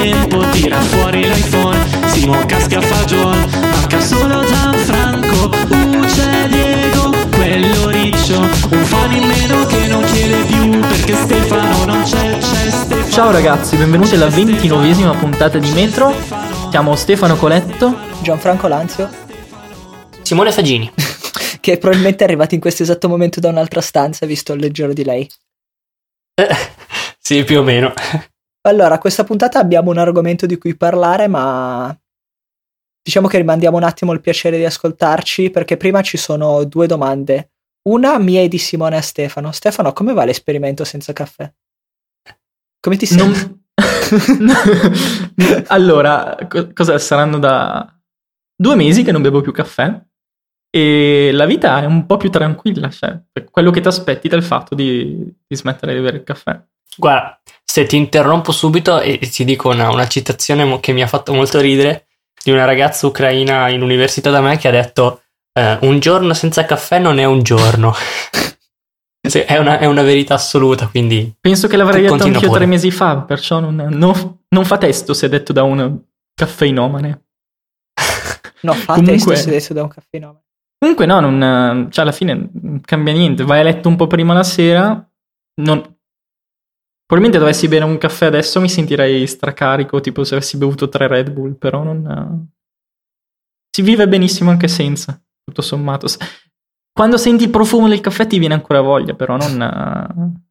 tempo tira fuori l'iPhone. Simo casca fagiol, manca solo Gianfranco. C'è Diego, quello riccio, un fan in meno che non chiede più perché Stefano non c'è Stefano. Ciao ragazzi, benvenuti alla 29esima puntata di Metro. Siamo Stefano Coletto, Gianfranco Lanzio, Simone Fagini, che probabilmente è arrivato in questo esatto momento da un'altra stanza, visto il leggero di lei. Sì, più o meno. Allora, questa puntata abbiamo un argomento di cui parlare, ma diciamo che rimandiamo un attimo il piacere di ascoltarci, perché prima ci sono due domande. Una mia e di Simone a Stefano. Stefano, come va l'esperimento senza caffè? Come ti senti? Allora, cosa saranno da 2 mesi che non bevo più caffè e la vita è un po' più tranquilla, cioè quello che ti aspetti dal fatto di smettere di bere il caffè. Guarda, se ti interrompo subito e ti dico una citazione che mi ha fatto molto ridere, di una ragazza ucraina in università da me che ha detto un giorno senza caffè non è un giorno. È una verità assoluta, quindi penso che l'avrei detto anch'io pure. 3 mesi fa, perciò non fa testo se è detto da un caffeinomane. No, fa Comunque, testo se detto da un caffeinomane. Comunque no, cioè alla fine non cambia niente, vai a letto un po' prima la sera, probabilmente dovessi bere un caffè adesso mi sentirei stracarico, tipo se avessi bevuto 3 Red Bull, però non... Si vive benissimo anche senza, tutto sommato. Quando senti il profumo del caffè ti viene ancora voglia, però non...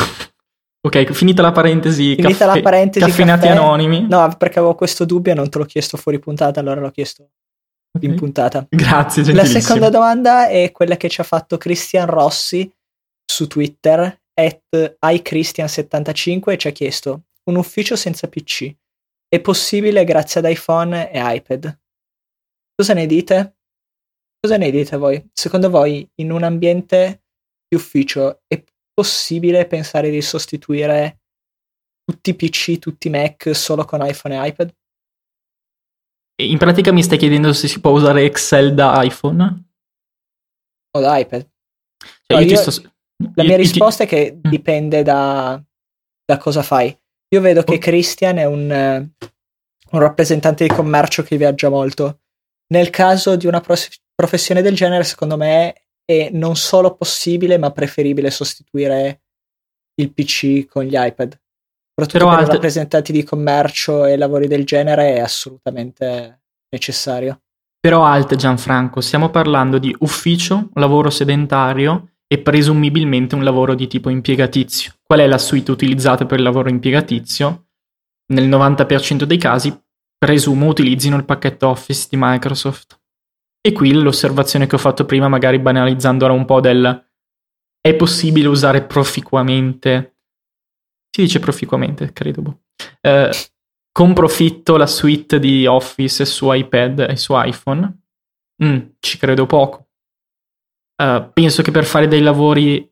Ok, finita la parentesi, caffeinati caffè. anonimi. No, perché avevo questo dubbio e non te l'ho chiesto fuori puntata, allora l'ho chiesto in puntata. Grazie, La gentilissimo. seconda domanda è quella che ci ha fatto Christian Rossi su Twitter, @iChristian75, e ci ha chiesto: un ufficio senza PC è possibile grazie ad iPhone e iPad? Cosa ne dite? Cosa ne dite voi? Secondo voi in un ambiente di ufficio è possibile pensare di sostituire tutti i PC, tutti i Mac solo con iPhone e iPad? In pratica mi stai chiedendo se si può usare Excel da iPhone? O da iPad? Cioè, No, la mia risposta è che dipende da cosa fai. Io vedo che Christian è un rappresentante di commercio che viaggia molto. Nel caso di una professione del genere, secondo me è non solo possibile, ma preferibile sostituire il PC con gli iPad. Soprattutto per i rappresentanti di commercio e lavori del genere è assolutamente necessario. Però Gianfranco, stiamo parlando di ufficio, lavoro sedentario e presumibilmente un lavoro di tipo impiegatizio. Qual è la suite utilizzata per il lavoro impiegatizio? Nel 90% dei casi presumo utilizzino il pacchetto Office di Microsoft. E qui l'osservazione che ho fatto prima, magari banalizzando ora un po' è possibile usare proficuamente, si dice proficuamente, credo, con profitto la suite di Office su iPad e su iPhone? Ci credo poco. Penso che per fare dei lavori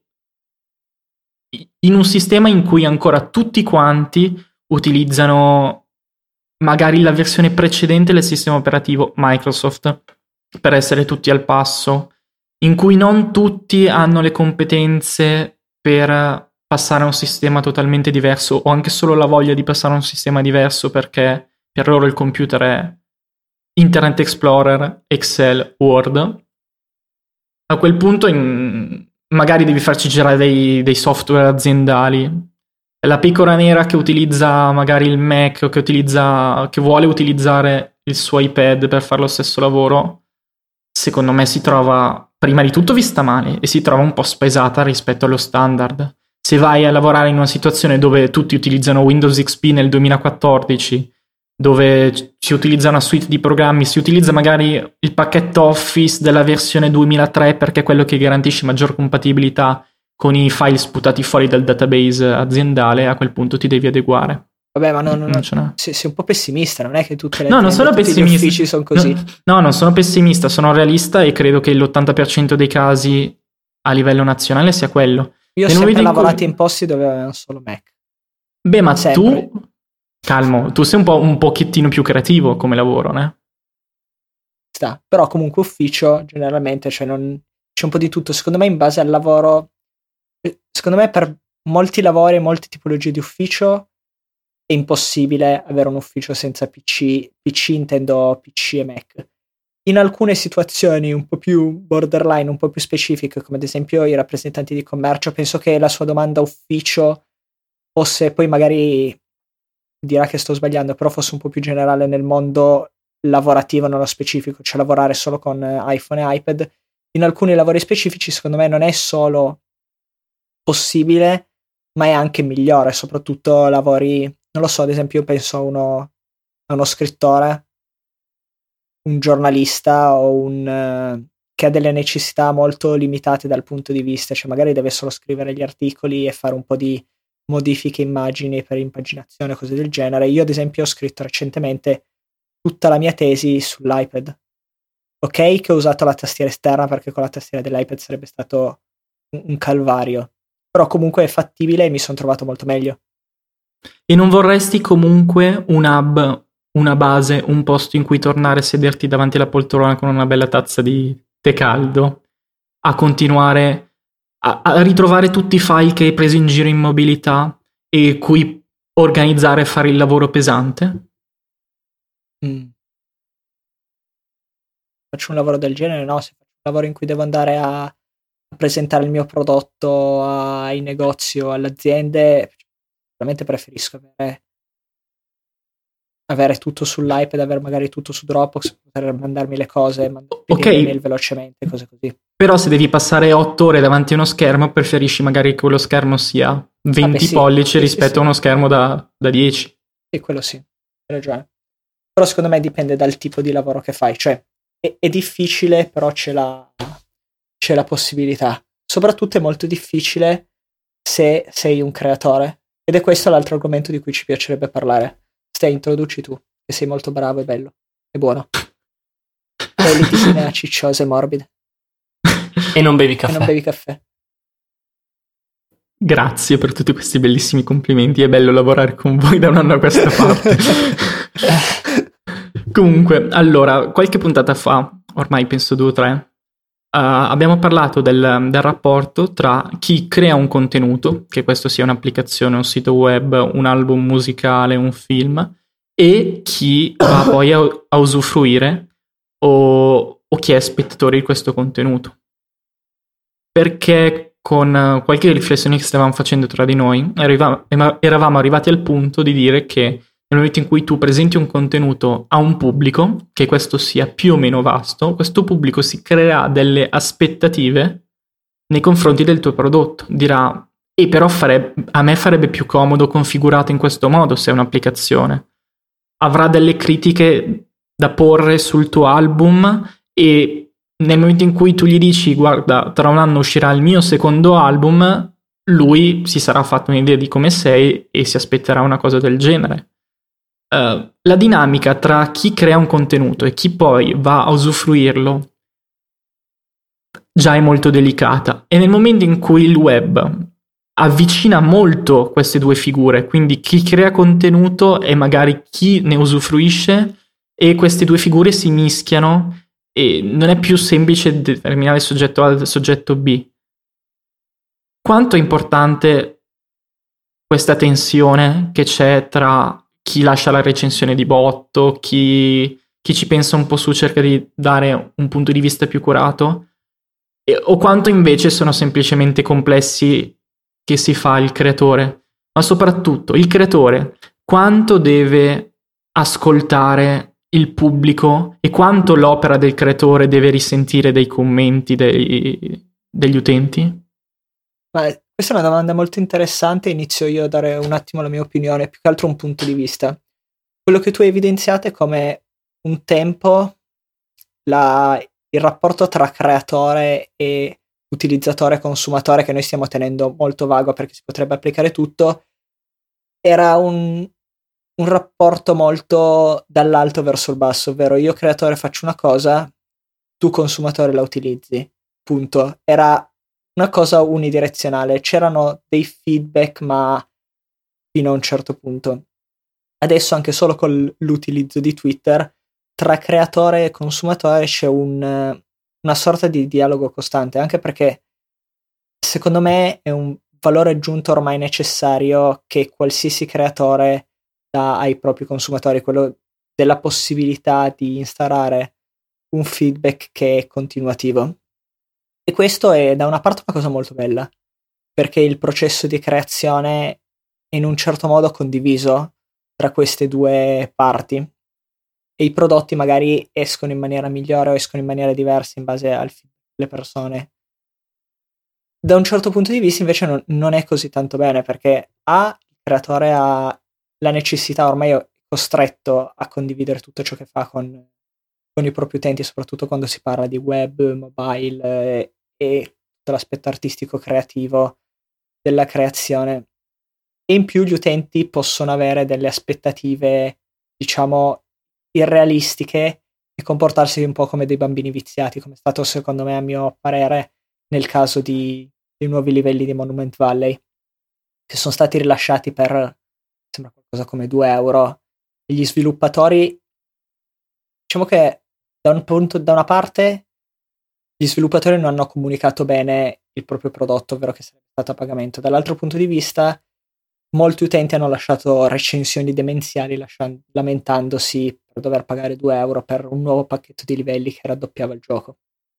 in un sistema in cui ancora tutti quanti utilizzano magari la versione precedente del sistema operativo Microsoft per essere tutti al passo, in cui non tutti hanno le competenze per passare a un sistema totalmente diverso o anche solo la voglia di passare a un sistema diverso perché per loro il computer è Internet Explorer, Excel, Word. A quel punto magari devi farci girare dei software aziendali. La pecora nera che utilizza magari il Mac o che vuole utilizzare il suo iPad per fare lo stesso lavoro, secondo me si trova prima di tutto vista male e si trova un po' spesata rispetto allo standard. Se vai a lavorare in una situazione dove tutti utilizzano Windows XP nel 2014, dove si utilizza una suite di programmi, si utilizza magari il pacchetto Office della versione 2003 perché è quello che garantisce maggior compatibilità con i file sputati fuori dal database aziendale, a quel punto ti devi adeguare. Vabbè, ma non sei un po' pessimista, non è che tutte le non sono pessimista. Gli uffici sono così. No, non sono pessimista, sono realista e credo che l'80% dei casi a livello nazionale sia quello. Io ho sempre lavorato in posti dove avevano solo Mac. Beh, ma sempre. Tu sei un pochettino più creativo come lavoro, né? Però comunque ufficio generalmente, cioè c'è un po' di tutto. Secondo me in base al lavoro, secondo me per molti lavori e molte tipologie di ufficio è impossibile avere un ufficio senza PC intendo PC e Mac. In alcune situazioni un po' più borderline, un po' più specifiche, come ad esempio i rappresentanti di commercio, penso che la sua domanda ufficio fosse, poi magari dirà che sto sbagliando, però fosse un po' più generale nel mondo lavorativo nello specifico, cioè lavorare solo con iPhone e iPad. In alcuni lavori specifici secondo me non è solo possibile, ma è anche migliore, soprattutto lavori, non lo so, ad esempio io penso a uno scrittore, un giornalista o che ha delle necessità molto limitate dal punto di vista, cioè magari deve solo scrivere gli articoli e fare un po' di modifiche immagini per impaginazione, cose del genere. Io ad esempio ho scritto recentemente tutta la mia tesi sull'iPad. Ok che ho usato la tastiera esterna perché con la tastiera dell'iPad sarebbe stato un calvario, però comunque è fattibile e mi sono trovato molto meglio. E non vorresti comunque un hub, una base, un posto in cui tornare a sederti davanti alla poltrona con una bella tazza di tè caldo, a continuare a ritrovare tutti i file che hai preso in giro in mobilità e cui organizzare e fare il lavoro pesante? Faccio un lavoro del genere? No, se faccio un lavoro in cui devo andare a presentare il mio prodotto ai negozi o alle aziende, veramente preferisco avere tutto sull'iPad, avere magari tutto su Dropbox, poter mandarmi le cose, mandare email velocemente, cose così. Però se devi passare 8 ore davanti a uno schermo, preferisci magari che quello schermo sia 20 pollici rispetto a uno schermo da 10. Sì, quello sì, hai ragione. Però secondo me dipende dal tipo di lavoro che fai, cioè è difficile, però c'è la possibilità. Soprattutto è molto difficile se sei un creatore, ed è questo l'altro argomento di cui ci piacerebbe parlare. Introduci tu, che sei molto bravo e bello e buono. Poi le disegna cicciose e morbide. E non bevi caffè. Grazie per tutti questi bellissimi complimenti, è bello lavorare con voi da un anno a questa parte. Comunque, allora, qualche puntata fa, ormai penso 2 o 3, abbiamo parlato del rapporto tra chi crea un contenuto, che questo sia un'applicazione, un sito web, un album musicale, un film, e chi va poi a usufruire o chi è spettatore di questo contenuto. Perché con qualche riflessione che stavamo facendo tra di noi, eravamo arrivati al punto di dire che nel momento in cui tu presenti un contenuto a un pubblico, che questo sia più o meno vasto, questo pubblico si creerà delle aspettative nei confronti del tuo prodotto. Dirà, però a me farebbe più comodo configurato in questo modo se è un'applicazione. Avrà delle critiche da porre sul tuo album e nel momento in cui tu gli dici, guarda, tra un anno uscirà il mio secondo album, lui si sarà fatto un'idea di come sei e si aspetterà una cosa del genere. La dinamica tra chi crea un contenuto e chi poi va a usufruirlo già è molto delicata, e nel momento in cui il web avvicina molto queste due figure, quindi chi crea contenuto e magari chi ne usufruisce, e queste due figure si mischiano e non è più semplice determinare il soggetto A dal soggetto B. Quanto è importante questa tensione che c'è tra chi lascia la recensione di botto, chi ci pensa un po' su, cerca di dare un punto di vista più curato, o quanto invece sono semplicemente complessi che si fa il creatore, ma soprattutto il creatore quanto deve ascoltare il pubblico e quanto l'opera del creatore deve risentire dei commenti degli utenti? Ma questa è una domanda molto interessante. Inizio io a dare un attimo la mia opinione, più che altro un punto di vista. Quello che tu hai evidenziato è come un tempo il rapporto tra creatore e utilizzatore consumatore, che noi stiamo tenendo molto vago perché si potrebbe applicare tutto, era un rapporto molto dall'alto verso il basso, ovvero io creatore faccio una cosa, tu consumatore la utilizzi, punto. Era una cosa unidirezionale, c'erano dei feedback ma fino a un certo punto. Adesso anche solo con l'utilizzo di Twitter tra creatore e consumatore c'è una sorta di dialogo costante, anche perché secondo me è un valore aggiunto ormai necessario che qualsiasi creatore dà ai propri consumatori, quello della possibilità di instaurare un feedback che è continuativo. E questo è da una parte una cosa molto bella, perché il processo di creazione è in un certo modo condiviso tra queste due parti e i prodotti magari escono in maniera migliore o escono in maniera diversa in base al feedback delle persone. Da un certo punto di vista invece non è così tanto bene, perché il creatore ha la necessità, ormai è costretto a condividere tutto ciò che fa con i propri utenti, soprattutto quando si parla di web, mobile e tutto l'aspetto artistico creativo della creazione. E in più gli utenti possono avere delle aspettative, diciamo, irrealistiche e comportarsi un po' come dei bambini viziati, come è stato secondo me, a mio parere, nel caso dei nuovi livelli di Monument Valley, che sono stati rilasciati per, sembra qualcosa come 2 euro, e gli sviluppatori, diciamo che da una parte gli sviluppatori non hanno comunicato bene il proprio prodotto, ovvero che sarebbe stato a pagamento. Dall'altro punto di vista, molti utenti hanno lasciato recensioni demenziali lamentandosi per dover pagare 2 euro per un nuovo pacchetto di livelli che raddoppiava il gioco.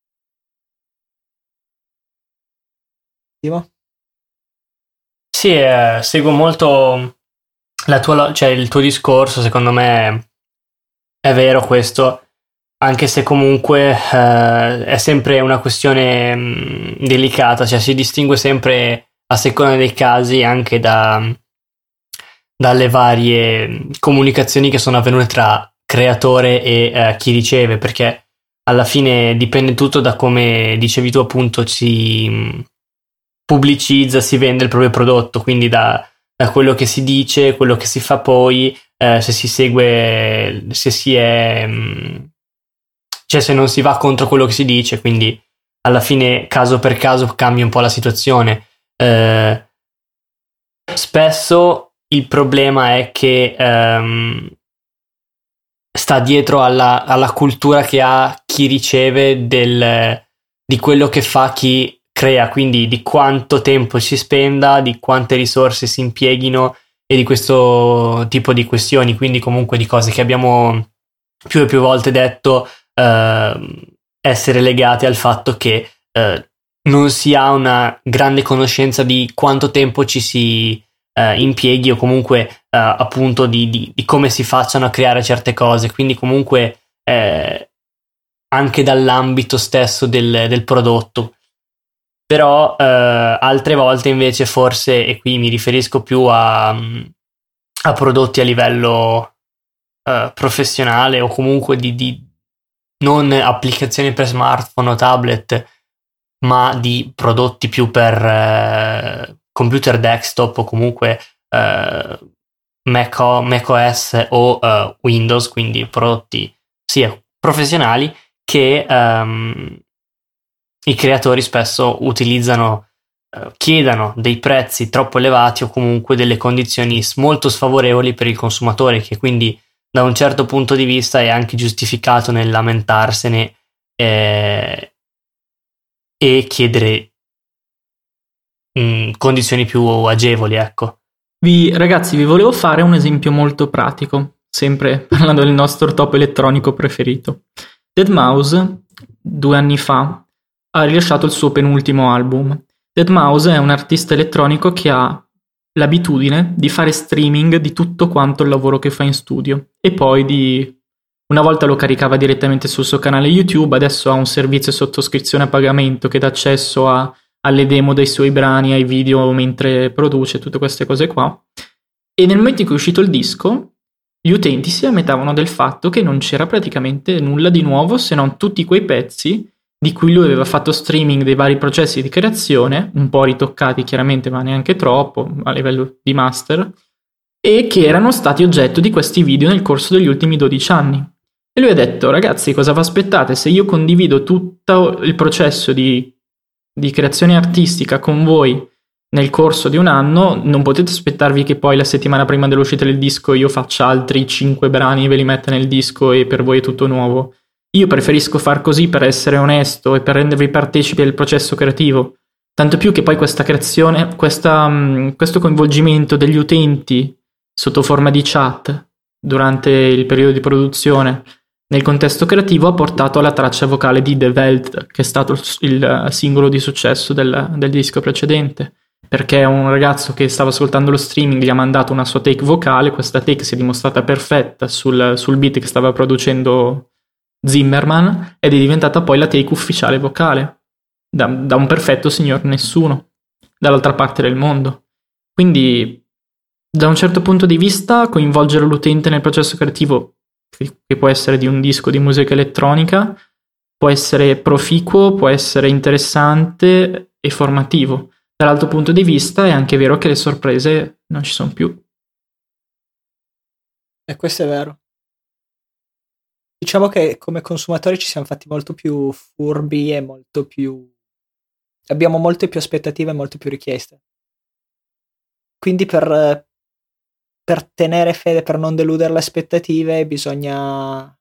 Timo? Sì, seguo molto il tuo discorso, secondo me è vero questo, anche se comunque è sempre una questione delicata, cioè si distingue sempre a seconda dei casi anche dalle varie comunicazioni che sono avvenute tra creatore e chi riceve, perché alla fine dipende tutto da come dicevi tu, appunto, si pubblicizza, si vende il proprio prodotto, quindi da quello che si dice, quello che si fa poi, se si segue, se si è cioè se non si va contro quello che si dice, quindi alla fine caso per caso cambia un po' la situazione. Spesso il problema è che sta dietro alla cultura che ha chi riceve di quello che fa chi crea, quindi di quanto tempo si spenda, di quante risorse si impieghino e di questo tipo di questioni, quindi comunque di cose che abbiamo più e più volte detto, essere legate al fatto che non si ha una grande conoscenza di quanto tempo ci si impieghi o comunque appunto di come si facciano a creare certe cose, quindi comunque anche dall'ambito stesso del prodotto. Però altre volte invece forse, e qui mi riferisco più a prodotti a livello professionale o comunque di non applicazioni per smartphone o tablet, ma di prodotti più per computer desktop o comunque macOS o Windows, quindi prodotti sia professionali che i creatori spesso utilizzano, chiedano dei prezzi troppo elevati o comunque delle condizioni molto sfavorevoli per il consumatore, che quindi da un certo punto di vista è anche giustificato nel lamentarsene e chiedere condizioni più agevoli, ecco. Ragazzi, vi volevo fare un esempio molto pratico, sempre parlando del nostro top elettronico preferito. Deadmau5 2 anni fa ha rilasciato il suo penultimo album. Deadmau5 è un artista elettronico che ha l'abitudine di fare streaming di tutto quanto il lavoro che fa in studio e poi una volta lo caricava direttamente sul suo canale YouTube, adesso ha un servizio sottoscrizione a pagamento che dà accesso alle demo dei suoi brani, ai video mentre produce, tutte queste cose qua. E nel momento in cui è uscito il disco, gli utenti si lamentavano del fatto che non c'era praticamente nulla di nuovo se non tutti quei pezzi di cui lui aveva fatto streaming dei vari processi di creazione, un po' ritoccati chiaramente, ma neanche troppo, a livello di master, e che erano stati oggetto di questi video nel corso degli ultimi 12 anni. E lui ha detto, ragazzi, cosa vi aspettate? Se io condivido tutto il processo di creazione artistica con voi nel corso di un anno, non potete aspettarvi che poi la settimana prima dell'uscita del disco io faccia altri 5 brani e ve li metta nel disco e per voi è tutto nuovo. Io preferisco far così per essere onesto e per rendervi partecipi del processo creativo, tanto più che poi questa creazione, questo coinvolgimento degli utenti sotto forma di chat durante il periodo di produzione nel contesto creativo ha portato alla traccia vocale di The Welt, che è stato il singolo di successo del disco precedente, perché un ragazzo che stava ascoltando lo streaming gli ha mandato una sua take vocale, questa take si è dimostrata perfetta sul beat che stava producendo Zimmerman ed è diventata poi la take ufficiale vocale da un perfetto signor nessuno dall'altra parte del mondo. Quindi da un certo punto di vista coinvolgere l'utente nel processo creativo, che può essere di un disco di musica elettronica, può essere proficuo, può essere interessante e formativo. Dall'altro punto di vista è anche vero che le sorprese non ci sono più. E questo è vero. Diciamo che come consumatori ci siamo fatti molto più furbi e molto più... abbiamo molte più aspettative e molte più richieste. Quindi per tenere fede, per non deludere le aspettative, bisogna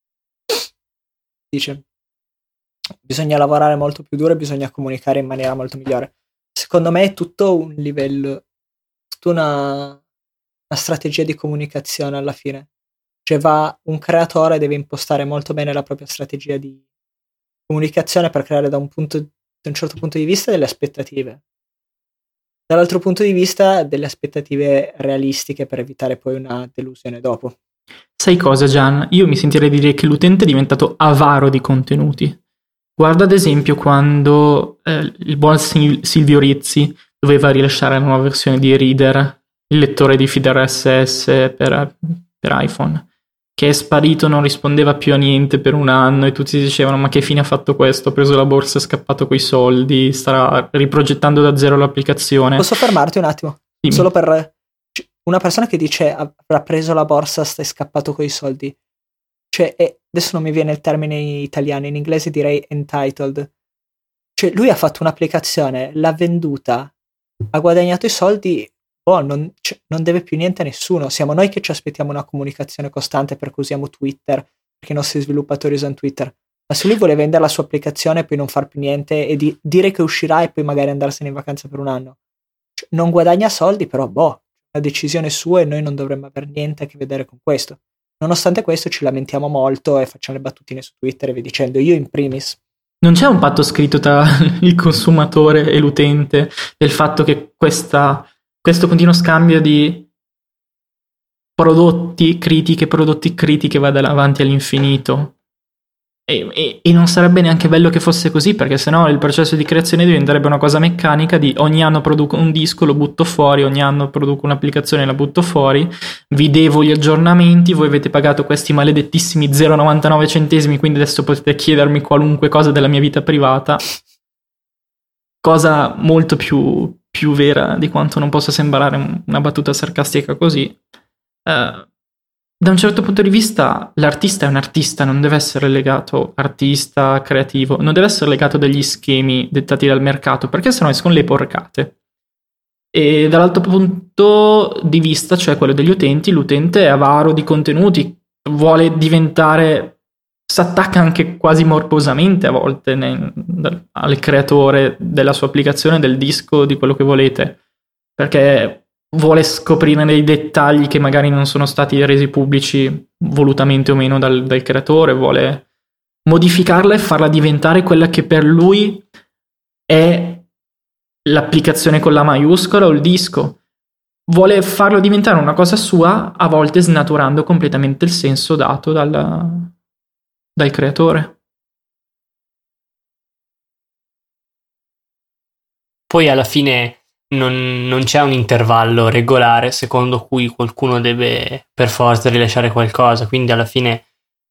lavorare molto più duro e bisogna comunicare in maniera molto migliore. Secondo me è tutto un livello, tutta una strategia di comunicazione alla fine. Cioè un creatore deve impostare molto bene la propria strategia di comunicazione per creare da un certo punto di vista delle aspettative. Dall'altro punto di vista delle aspettative realistiche per evitare poi una delusione dopo. Sai cosa, Gian? Io mi sentirei dire che l'utente è diventato avaro di contenuti. Guarda ad esempio quando il buon Silvio Rizzi doveva rilasciare la nuova versione di Reader, il lettore di feed RSS per iPhone, che è sparito, non rispondeva più a niente per un anno e tutti dicevano ma che fine ha fatto questo? Ha preso la borsa, è scappato coi soldi, starà riprogettando da zero l'applicazione. Posso fermarti un attimo? Dimmi. Solo per una persona che dice avrà preso la borsa, è scappato coi soldi. Cioè, adesso non mi viene il termine italiano, in inglese direi entitled. Cioè, lui ha fatto un'applicazione, l'ha venduta, ha guadagnato i soldi, non deve più niente a nessuno. Siamo noi che ci aspettiamo una comunicazione costante per cui usiamo Twitter, perché i nostri sviluppatori usano Twitter. Ma se lui vuole vendere la sua applicazione e poi non far più niente e dire che uscirà e poi magari andarsene in vacanza per un anno, cioè, non guadagna soldi, però la decisione sua e noi non dovremmo avere niente a che vedere con questo. Nonostante questo ci lamentiamo molto e facciamo le battutine su Twitter e vi dicendo, io in primis. Non c'è un patto scritto tra il consumatore e l'utente del fatto che questo continuo scambio di prodotti critiche vada avanti all'infinito? E non sarebbe neanche bello che fosse così, perché sennò il processo di creazione diventerebbe una cosa meccanica di ogni anno produco un disco, lo butto fuori, ogni anno produco un'applicazione, la butto fuori, vi devo gli aggiornamenti, voi avete pagato questi maledettissimi 0,99 centesimi, quindi adesso potete chiedermi qualunque cosa della mia vita privata, cosa molto più vera di quanto non possa sembrare una battuta sarcastica così. Da un certo punto di vista l'artista è un artista, non deve essere legato artista, creativo, non deve essere legato dagli schemi dettati dal mercato, perché sennò escono le porcate. E dall'altro punto di vista, cioè quello degli utenti, l'utente è avaro di contenuti, vuole diventare, s'attacca anche quasi morbosamente a volte al creatore della sua applicazione, del disco, di quello che volete, perché vuole scoprire dei dettagli che magari non sono stati resi pubblici volutamente o meno dal creatore, vuole modificarla e farla diventare quella che per lui è l'applicazione con la maiuscola o il disco. Vuole farlo diventare una cosa sua, a volte snaturando completamente il senso dato dal creatore. Poi alla fine non c'è un intervallo regolare secondo cui qualcuno deve per forza rilasciare qualcosa, quindi alla fine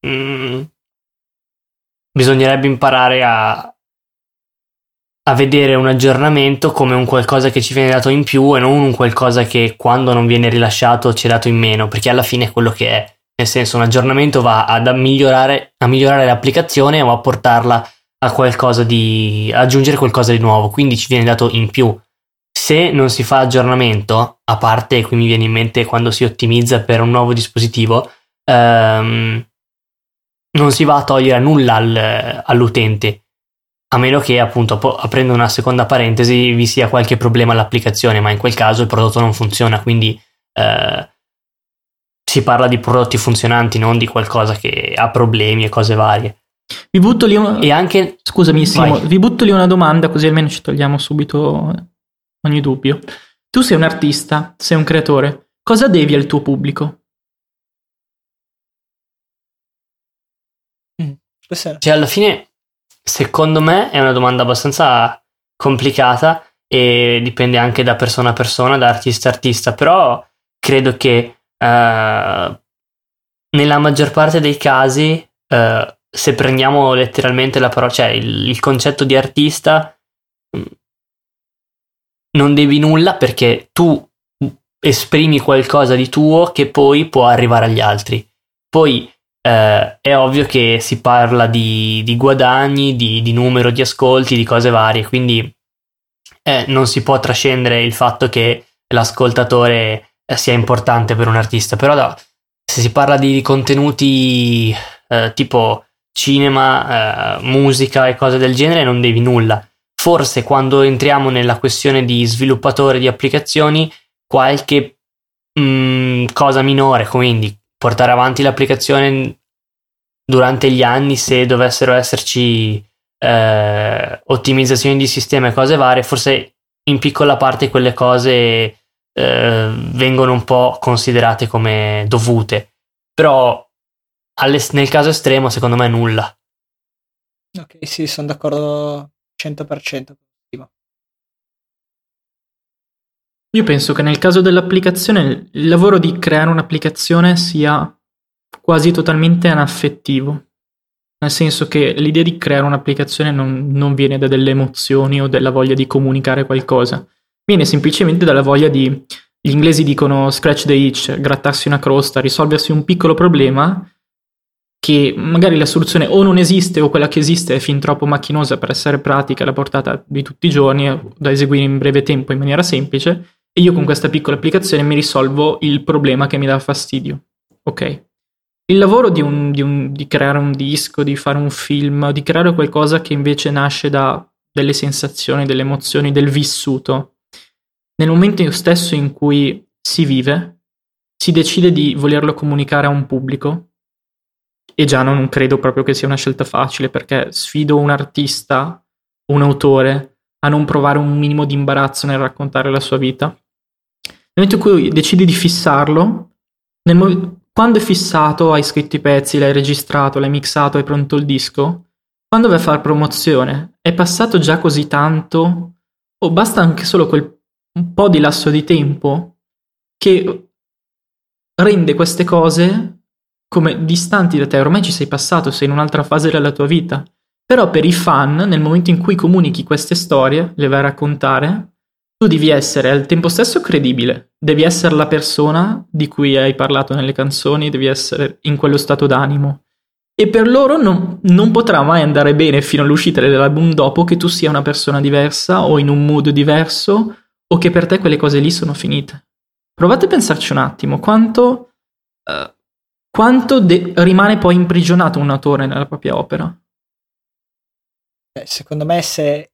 bisognerebbe imparare a vedere un aggiornamento come un qualcosa che ci viene dato in più e non un qualcosa che quando non viene rilasciato ci è dato in meno, perché alla fine è quello che è. Nel senso, un aggiornamento va a migliorare l'applicazione o a portarla a qualcosa aggiungere qualcosa di nuovo, quindi ci viene dato in più. Se non si fa aggiornamento, a parte qui mi viene in mente quando si ottimizza per un nuovo dispositivo, non si va a togliere nulla all'utente, a meno che appunto, aprendo una seconda parentesi, vi sia qualche problema all'applicazione, ma in quel caso il prodotto non funziona, quindi si parla di prodotti funzionanti, non di qualcosa che ha problemi e cose varie. Vi butto lì e anche scusami Simo, vi butto lì una domanda così almeno ci togliamo subito ogni dubbio. Tu sei un artista, sei un creatore, cosa devi al tuo pubblico? Cioè, alla fine, secondo me, è una domanda abbastanza complicata e dipende anche da persona a persona, da artista a artista, però credo che nella maggior parte dei casi, se prendiamo letteralmente la parola, cioè il concetto di artista, non devi nulla perché tu esprimi qualcosa di tuo che poi può arrivare agli altri. Poi è ovvio che si parla di guadagni, di numero di ascolti, di cose varie, quindi non si può trascendere il fatto che l'ascoltatore sia importante per un artista, però se si parla di contenuti tipo cinema, musica e cose del genere, non devi nulla. Forse quando entriamo nella questione di sviluppatore di applicazioni, qualche cosa minore, quindi portare avanti l'applicazione durante gli anni, se dovessero esserci ottimizzazioni di sistema e cose varie, forse in piccola parte quelle cose vengono un po' considerate come dovute, però nel caso estremo secondo me nulla. Ok, sì, sono d'accordo 100%. Io penso che nel caso dell'applicazione il lavoro di creare un'applicazione sia quasi totalmente anaffettivo, nel senso che l'idea di creare un'applicazione non viene da delle emozioni o dalla voglia di comunicare qualcosa, viene semplicemente dalla voglia di, gli inglesi dicono scratch the itch, grattarsi una crosta, risolversi un piccolo problema che magari la soluzione o non esiste o quella che esiste è fin troppo macchinosa per essere pratica alla portata di tutti i giorni, da eseguire in breve tempo in maniera semplice, e io con questa piccola applicazione mi risolvo il problema che mi dà fastidio. Ok. Il lavoro di creare un disco, di fare un film, di creare qualcosa che invece nasce da delle sensazioni, delle emozioni, del vissuto, nel momento stesso in cui si vive, si decide di volerlo comunicare a un pubblico, e già non credo proprio che sia una scelta facile, perché sfido un artista, un autore, a non provare un minimo di imbarazzo nel raccontare la sua vita. Nel momento in cui decidi di fissarlo, quando è fissato, hai scritto i pezzi, l'hai registrato, l'hai mixato, hai pronto il disco, quando vai a fare promozione, è passato già così tanto, o basta anche solo un po' di lasso di tempo, che rende queste cose come distanti da te. Ormai ci sei passato, sei in un'altra fase della tua vita. Però per i fan, nel momento in cui comunichi queste storie, le vai a raccontare, tu devi essere al tempo stesso credibile, devi essere la persona di cui hai parlato nelle canzoni, devi essere in quello stato d'animo. E per loro non potrà mai andare bene fino all'uscita dell'album dopo che tu sia una persona diversa o in un mood diverso o che per te quelle cose lì sono finite. Provate a pensarci un attimo, quanto rimane poi imprigionato un autore nella propria opera? Secondo me se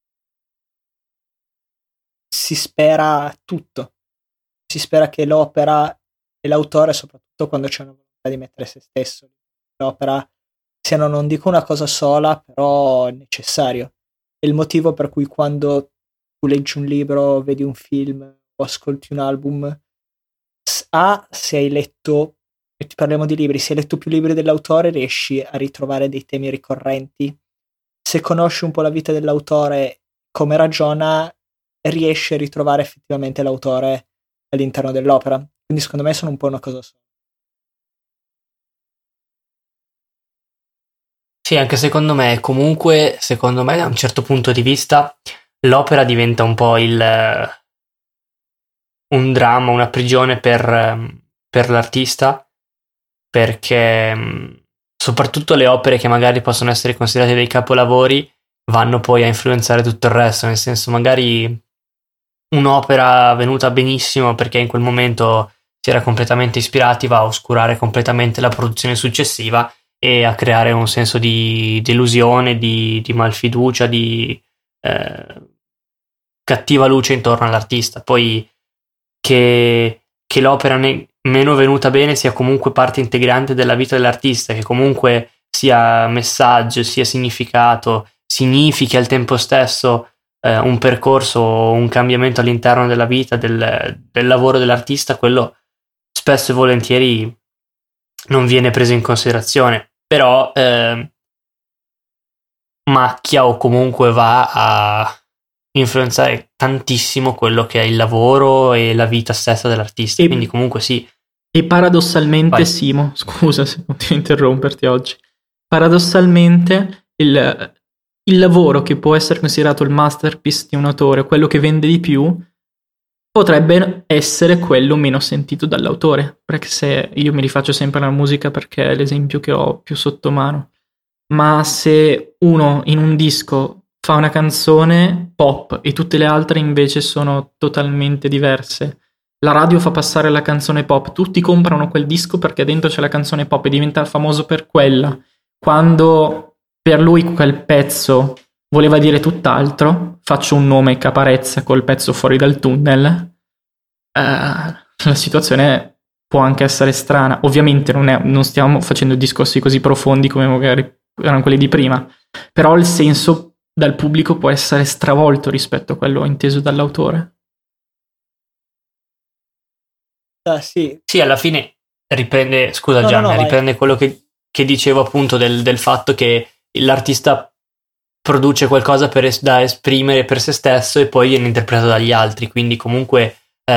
si spera tutto, si spera che l'opera e l'autore, soprattutto quando c'è una volontà di mettere se stesso, l'opera siano, non dico una cosa sola, però è necessario. È il motivo per cui quando tu leggi un libro, vedi un film o ascolti un album, se hai letto, e ti parliamo di libri, se hai letto più libri dell'autore riesci a ritrovare dei temi ricorrenti. Se conosci un po' la vita dell'autore, come ragiona, riesci a ritrovare effettivamente l'autore all'interno dell'opera. Quindi secondo me sono un po' una cosa sola. Sì, anche secondo me, comunque, secondo me da un certo punto di vista l'opera diventa un po' un dramma, una prigione per l'artista, perché soprattutto le opere che magari possono essere considerate dei capolavori vanno poi a influenzare tutto il resto, nel senso magari un'opera venuta benissimo perché in quel momento si era completamente ispirati va a oscurare completamente la produzione successiva e a creare un senso di delusione, di malfiducia, di cattiva luce intorno all'artista. Poi che che l'opera meno venuta bene sia comunque parte integrante della vita dell'artista, che comunque sia messaggio, sia significato, significhi al tempo stesso un percorso, un cambiamento all'interno della vita, del lavoro dell'artista, quello spesso e volentieri non viene preso in considerazione, però macchia o comunque va a influenzare tantissimo quello che è il lavoro e la vita stessa dell'artista, quindi comunque sì. E paradossalmente, Vai. Simo, scusa se continuo a interromperti oggi, paradossalmente il lavoro che può essere considerato il masterpiece di un autore, quello che vende di più, potrebbe essere quello meno sentito dall'autore, perché se io mi rifaccio sempre alla musica perché è l'esempio che ho più sotto mano, ma se uno in un disco fa una canzone pop e tutte le altre invece sono totalmente diverse, la radio fa passare la canzone pop, tutti comprano quel disco perché dentro c'è la canzone pop e diventa famoso per quella, quando per lui quel pezzo voleva dire tutt'altro, faccio un nome, Caparezza, col pezzo Fuori dal tunnel, la situazione può anche essere strana. Ovviamente non stiamo facendo discorsi così profondi come magari erano quelli di prima, però il senso dal pubblico può essere stravolto rispetto a quello inteso dall'autore. Sì. Sì, alla fine riprende, scusa No, Gianni, vai. riprende quello che dicevo appunto del fatto che l'artista produce qualcosa da esprimere per se stesso e poi viene interpretato dagli altri, quindi comunque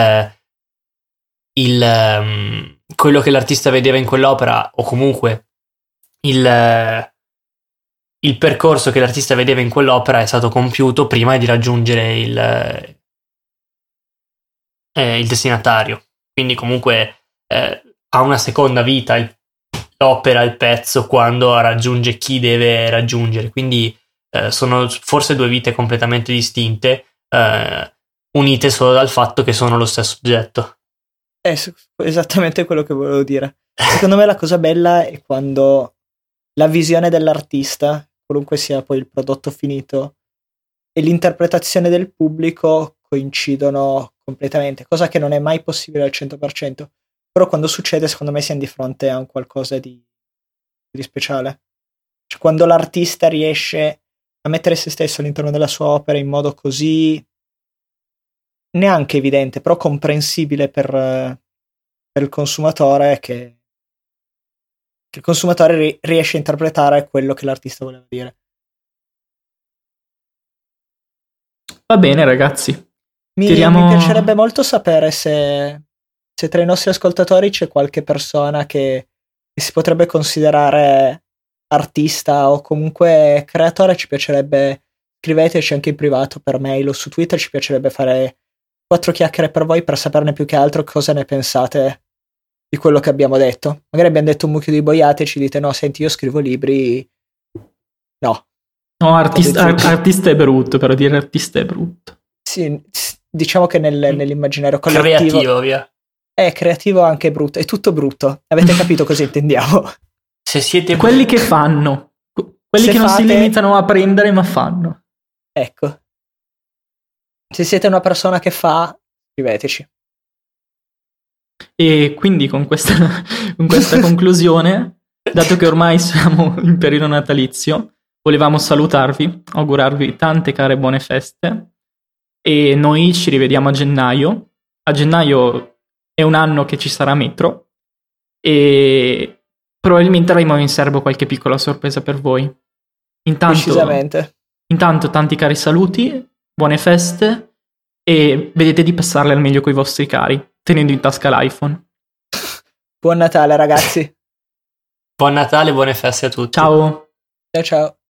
quello che l'artista vedeva in quell'opera, o comunque il percorso che l'artista vedeva in quell'opera è stato compiuto prima di raggiungere il destinatario, quindi comunque ha una seconda vita l'opera, il pezzo, quando raggiunge chi deve raggiungere, quindi sono forse due vite completamente distinte, unite solo dal fatto che sono lo stesso oggetto. È esattamente quello che volevo dire. Secondo me la cosa bella è quando la visione dell'artista, qualunque sia poi il prodotto finito, e l'interpretazione del pubblico coincidono completamente, cosa che non è mai possibile al 100%, però quando succede secondo me siamo di fronte a un qualcosa di speciale. Cioè, quando l'artista riesce a mettere se stesso all'interno della sua opera in modo così neanche evidente, però comprensibile per il consumatore, che il consumatore riesce a interpretare quello che l'artista voleva dire. Va bene ragazzi, Mi piacerebbe molto sapere se tra i nostri ascoltatori c'è qualche persona che si potrebbe considerare artista o comunque creatore. Ci piacerebbe, scriveteci anche in privato per mail o su Twitter, ci piacerebbe fare 4 chiacchiere per voi per saperne più che altro cosa ne pensate di quello che abbiamo detto. Magari abbiamo detto un mucchio di boiate e ci dite no, senti, io scrivo libri. No, artista è brutto, però dire artista è brutto. Sì, diciamo che nell'immaginario collettivo creativo, via. È creativo, anche brutto, è tutto brutto. Avete capito cosa intendiamo? Se siete quelli che fanno, quelli che non si limitano a prendere ma fanno. Ecco. Se siete una persona che fa, scriveteci. E quindi con questa conclusione, dato che ormai siamo in periodo natalizio, volevamo salutarvi, augurarvi tante care buone feste e noi ci rivediamo a gennaio. A gennaio è un anno che ci sarà Metro e probabilmente avremo in serbo qualche piccola sorpresa per voi. Intanto tanti cari saluti, buone feste e vedete di passarle al meglio coi vostri cari, tenendo in tasca l'iPhone. Buon Natale ragazzi. Buon Natale, buone feste a tutti. Ciao. Ciao ciao.